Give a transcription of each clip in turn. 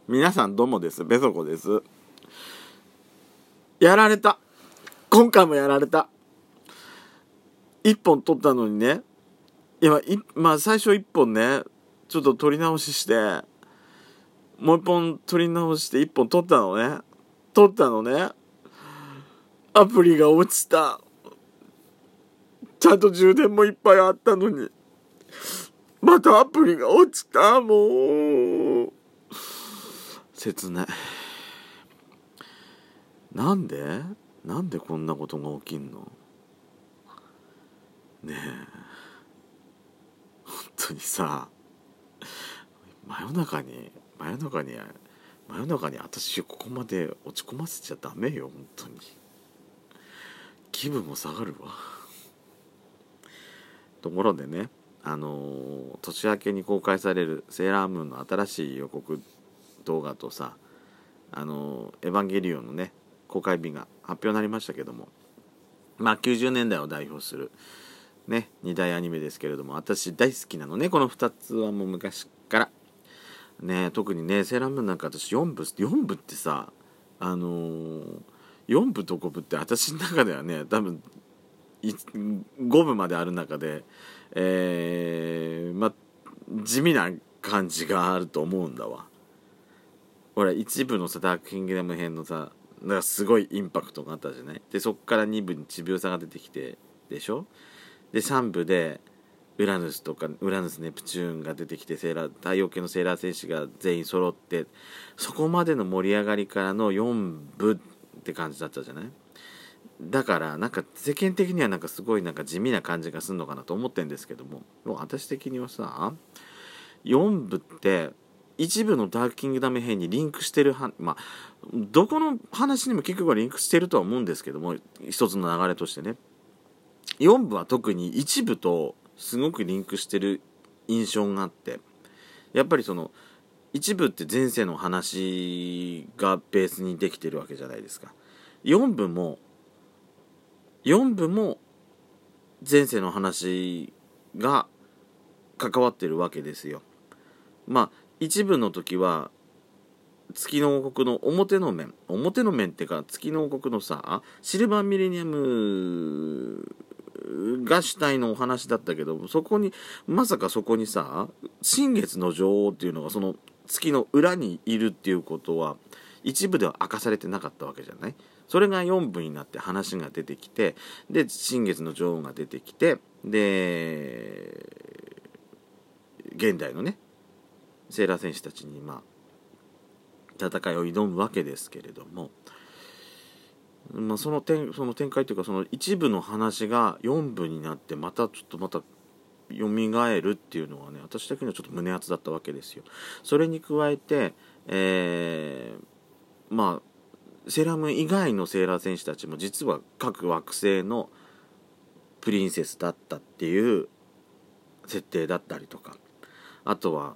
皆さんどうもです。ベソコです。やられた。今回もやられた。一本取ったのにね。最初一本ね、ちょっと取り直しして、もう一本取り直して一本取ったのね。アプリが落ちた。ちゃんと充電もいっぱいあったのに。またアプリが落ちた。もう。切ない。なんでこんなことが起きんのねえ。本当にさ、真夜中に私ここまで落ち込ませちゃダメよ。本当に気分も下がるわ。ところでね、年明けに公開されるセーラームーンの新しい予告動画とさ、エヴァンゲリオンのね公開日が発表になりましたけども、90年代を代表するね2大アニメですけれども、私大好きなのね、この2つはもう昔からね。特にねセーラームーンなんか私4部ってさ、4部と5部って私の中ではね、多分5部まである中で、地味な感じがあると思うんだわ。ほら一部のさダークキングダム編のさ、なんかすごいインパクトがあったじゃない。でそっから2部にちびうさが出てきてでしょ。で3部でウラヌスネプチューンが出てきて、太陽系のセーラー戦士が全員揃って、そこまでの盛り上がりからの4部って感じだったじゃない。だからなんか世間的にはなんかすごいなんか地味な感じがするのかなと思ってるんですけども、私的にはさ、4部って一部のダークキングダム編にリンクしてるどこの話にも結局はリンクしてるとは思うんですけども、一つの流れとしてね、4部は特に一部とすごくリンクしてる印象があって、やっぱりその一部って前世の話がベースにできてるわけじゃないですか。4部も前世の話が関わってるわけですよ。一部の時は月の王国の表の面っていうか、月の王国のさシルバーミレニアムが主体のお話だったけど、まさかそこにさ新月の女王っていうのがその月の裏にいるっていうことは一部では明かされてなかったわけじゃない。それが4部になって話が出てきて、で新月の女王が出てきて、で現代のねセーラー戦士たちに戦いを挑むわけですけれども、その展開というか、その一部の話が4部になってまた蘇るっていうのはね、私的にはちょっと胸熱だったわけですよ。それに加えて、セーラームーン以外のセーラー戦士たちも実は各惑星のプリンセスだったっていう設定だったりとか、あとは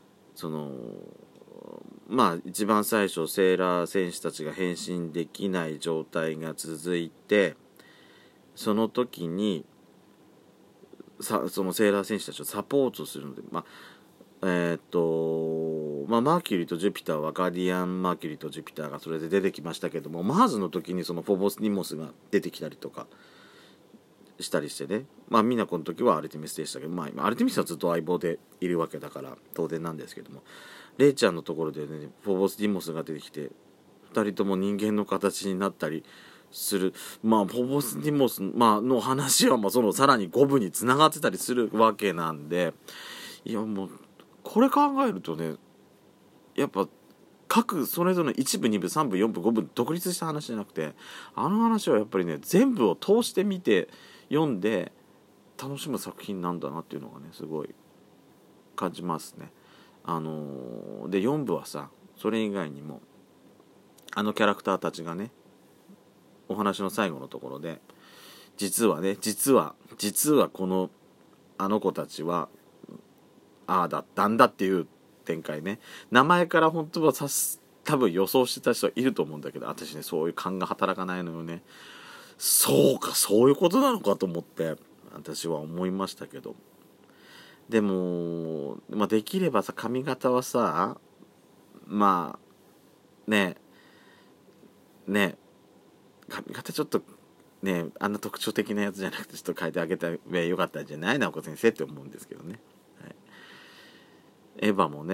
一番最初セーラー戦士たちが変身できない状態が続いて、その時にそのセーラー戦士たちをサポートするので、マーキュリーとジュピターはガーディアンマーキュリーとジュピターがそれで出てきましたけども、マーズの時にそのフォボス・ニモスが出てきたりとかしたりしてね、ミナコの時はアルテミスでしたけど、アルテミスはずっと相棒でいるわけだから当然なんですけども、レイちゃんのところでねフォボス・ディモスが出てきて2人とも人間の形になったりする。フォボス・ディモス、の話はそのさらに5部につながってたりするわけなんで、もうこれ考えるとね、やっぱ各それぞれ1部2部3部4部5部独立した話じゃなくて、あの話はやっぱりね全部を通して見て読んで楽しむ作品なんだなっていうのがねすごい感じますね。で4部はさ、それ以外にもキャラクターたちがねお話の最後のところで実はこの子たちはだったんだっていう展開ね。名前から本当は多分予想してた人はいると思うんだけど、私ねそういう感が働かないのよね。そうか、そういうことなのかと思って私は思いましたけど、でもできればさ髪型はさね髪型ちょっとねあんな特徴的なやつじゃなくてちょっと変えてあげたらよかったんじゃない直子先生って思うんですけどね、はい、エヴァも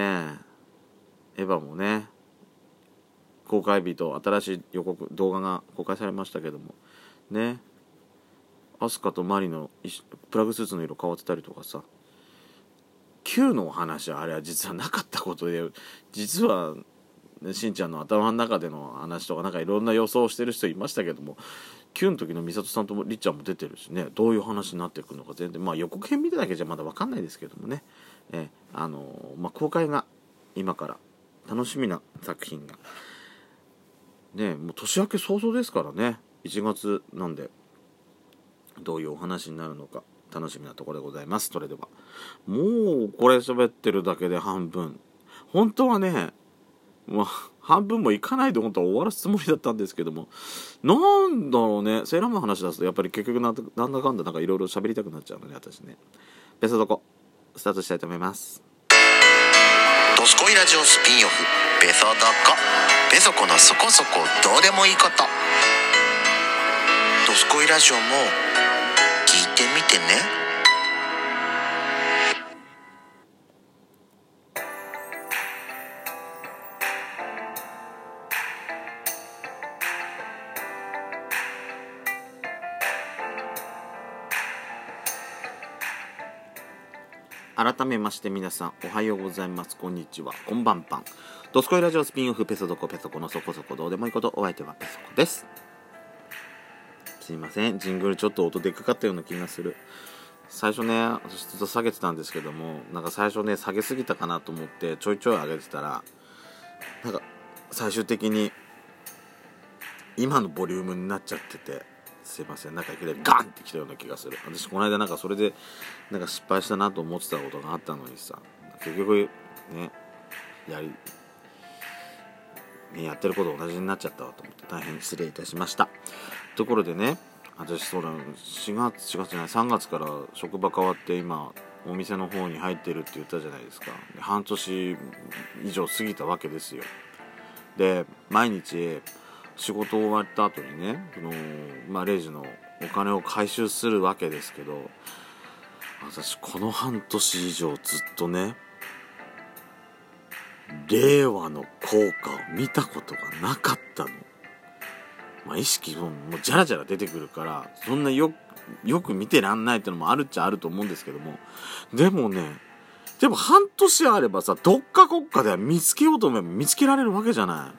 ね公開日と新しい予告動画が公開されましたけどもね、アスカとマリのプラグスーツの色変わってたりとかさ、Q のお話はあれは実はなかったことで、実はしんちゃんの頭の中での話とかなんかいろんな予想をしてる人いましたけども、 Q の時の美里さんとりっちゃんも出てるしね、どういう話になっていくのか全然予告編見ただけじゃまだ分かんないですけどもね、公開が今から楽しみな作品がね、もう年明け早々ですからね、1月なんでどういうお話になるのか楽しみなところでございます。それではもうこれ喋ってるだけで半分、本当はね半分もいかないで本当は終わらすつもりだったんですけども、なんだろうね、セーラームーンの話出すとやっぱり結局なんだかんだいろいろ喋りたくなっちゃうのね、私ね。ベソドコスタートしたいと思います。 ドスコイラジオスピンオフベソドコ、ベソコのそこそこどうでもいいこと。ドスコイラジオも聞いてみてね。 改めまして皆さんおはようございます、こんにちは、こんばんぱん。ドスコイラジオスピンオフペソドコ、ペソコのそこそこどうでもいいこと。お相手はペソコです。すいません、ジングルちょっと音でかかったような気がする。最初ねずっと下げてたんですけども、なんか最初ね下げすぎたかなと思ってちょいちょい上げてたら、なんか最終的に今のボリュームになっちゃってて、すいません、なんかいきなりガンってきたような気がする。私この間なんかそれでなんか失敗したなと思ってたことがあったのにさ、結局ねやってること同じになっちゃったわと思って大変失礼いたしました。ところでね、私そうだ3月から職場変わって今お店の方に入ってるって言ったじゃないですか。で半年以上過ぎたわけですよ。で毎日仕事終わった後にねレジのお金を回収するわけですけど、私この半年以上ずっとね令和の効果を見たことがなかったの。意識もジャラジャラ出てくるからそんなよく見てらんないってのもあるっちゃあると思うんですけども、でも半年あればさ、どっかこっかでは見つけようと思えば見つけられるわけじゃない。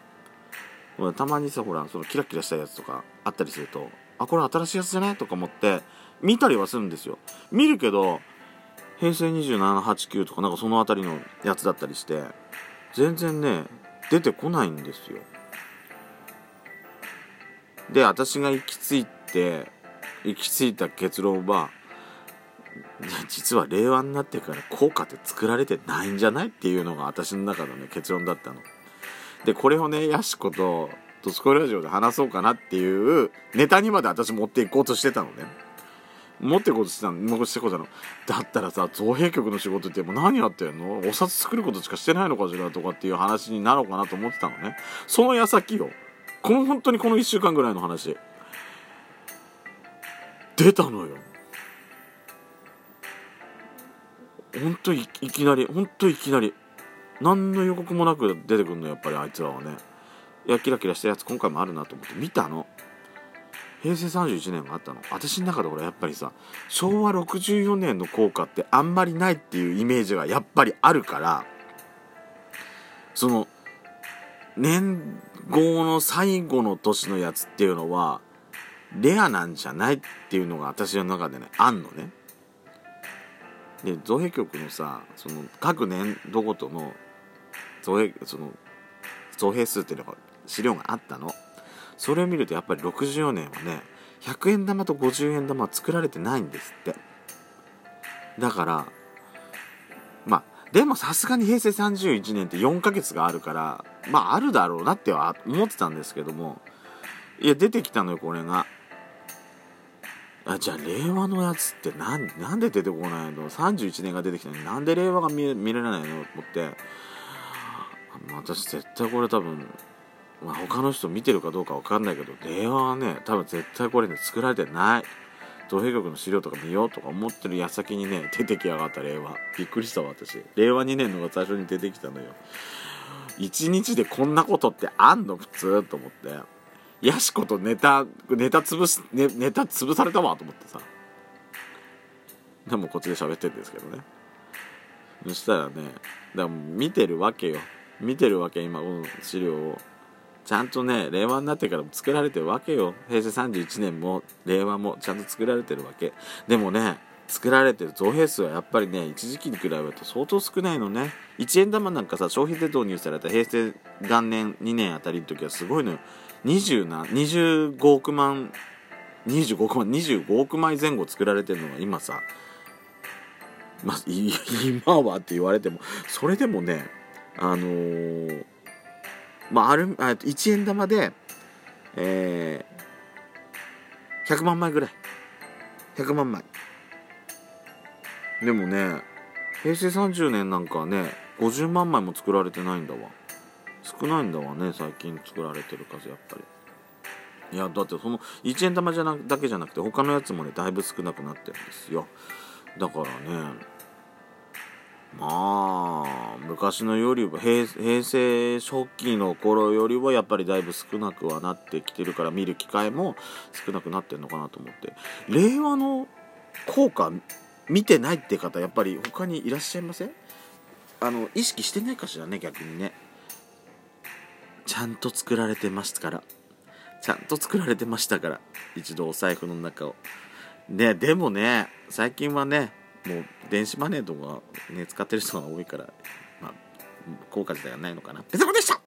たまにさそのキラキラしたやつとかあったりすると、これ新しいやつじゃねとか思って見たりはするんですよ。見るけど平成27、8、9とかなんかそのあたりのやつだったりして全然ね出てこないんですよ。で私が行き着いた結論は、実は令和になってから効果って作られてないんじゃないっていうのが私の中のね結論だったので、これをねヤシコとドスコイラジオで話そうかなっていうネタにまで私持っていこうとしてたのね。だったらさ、造幣局の仕事ってもう何やってんの、お札作ることしかしてないのかしらとかっていう話になろうかなと思ってたのね。その矢先よ、本当にこの1週間ぐらいの話出たのよ。本当いきなり何の予告もなく出てくるの、やっぱりあいつらはね。キラキラしたやつ今回もあるなと思って見たの。平成31年があったの。私の中でやっぱりさ、昭和64年の効果ってあんまりないっていうイメージがやっぱりあるから、その年号の最後の年のやつっていうのはレアなんじゃないっていうのが私の中でねあんのね。で造幣局のさ、その各年度ごとの造幣数っていうのが資料があったの。それを見るとやっぱり64年はね100円玉と50円玉は作られてないんですって。だからでもさすがに平成31年って4ヶ月があるからあるだろうなっては思ってたんですけども、出てきたのよこれが。じゃあ令和のやつってなんで出てこないの。31年が出てきたのになんで令和が見れないのと思って、私絶対これ多分他の人見てるかどうか分かんないけど、令和はね多分絶対これね作られてない。造幣局の資料とか見ようとか思ってる矢先にね出てきやがった令和。びっくりしたわ私。令和2年のが最初に出てきたのよ。1日でこんなことってあんの普通と思って、ヤシコとネタ潰されたわと思ってさ。でもこっちで喋ってるんですけどね。そしたらね、だから見てるわけよ。今この資料をちゃんとね令和になってからも作られてるわけよ。平成31年も令和もちゃんと作られてるわけでもね、作られてる造幣数はやっぱりね一時期に比べると相当少ないのね。1円玉なんかさ、消費税導入された平成元年2年あたりの時はすごいのよ。25億枚前後作られてるのが今さ、今はって言われてもそれでもね1円玉で、100万枚ぐらい。100万枚でもね、平成30年なんかはね50万枚も作られてないんだわ。少ないんだわね最近作られてる数やっぱり。いやだってその1円玉だけじゃなくて他のやつもねだいぶ少なくなってるんですよ。だからね、昔のよりは平成初期の頃よりはやっぱりだいぶ少なくはなってきてるから、見る機会も少なくなってるのかなと思って。令和の効果見てないって方やっぱり他にいらっしゃいません？意識してないかしらね。逆にねちゃんと作られてましたから一度お財布の中をね。でもね最近はねもう電子マネーとかね使ってる人が多いから、効果自体はないのかな。ペソコでした。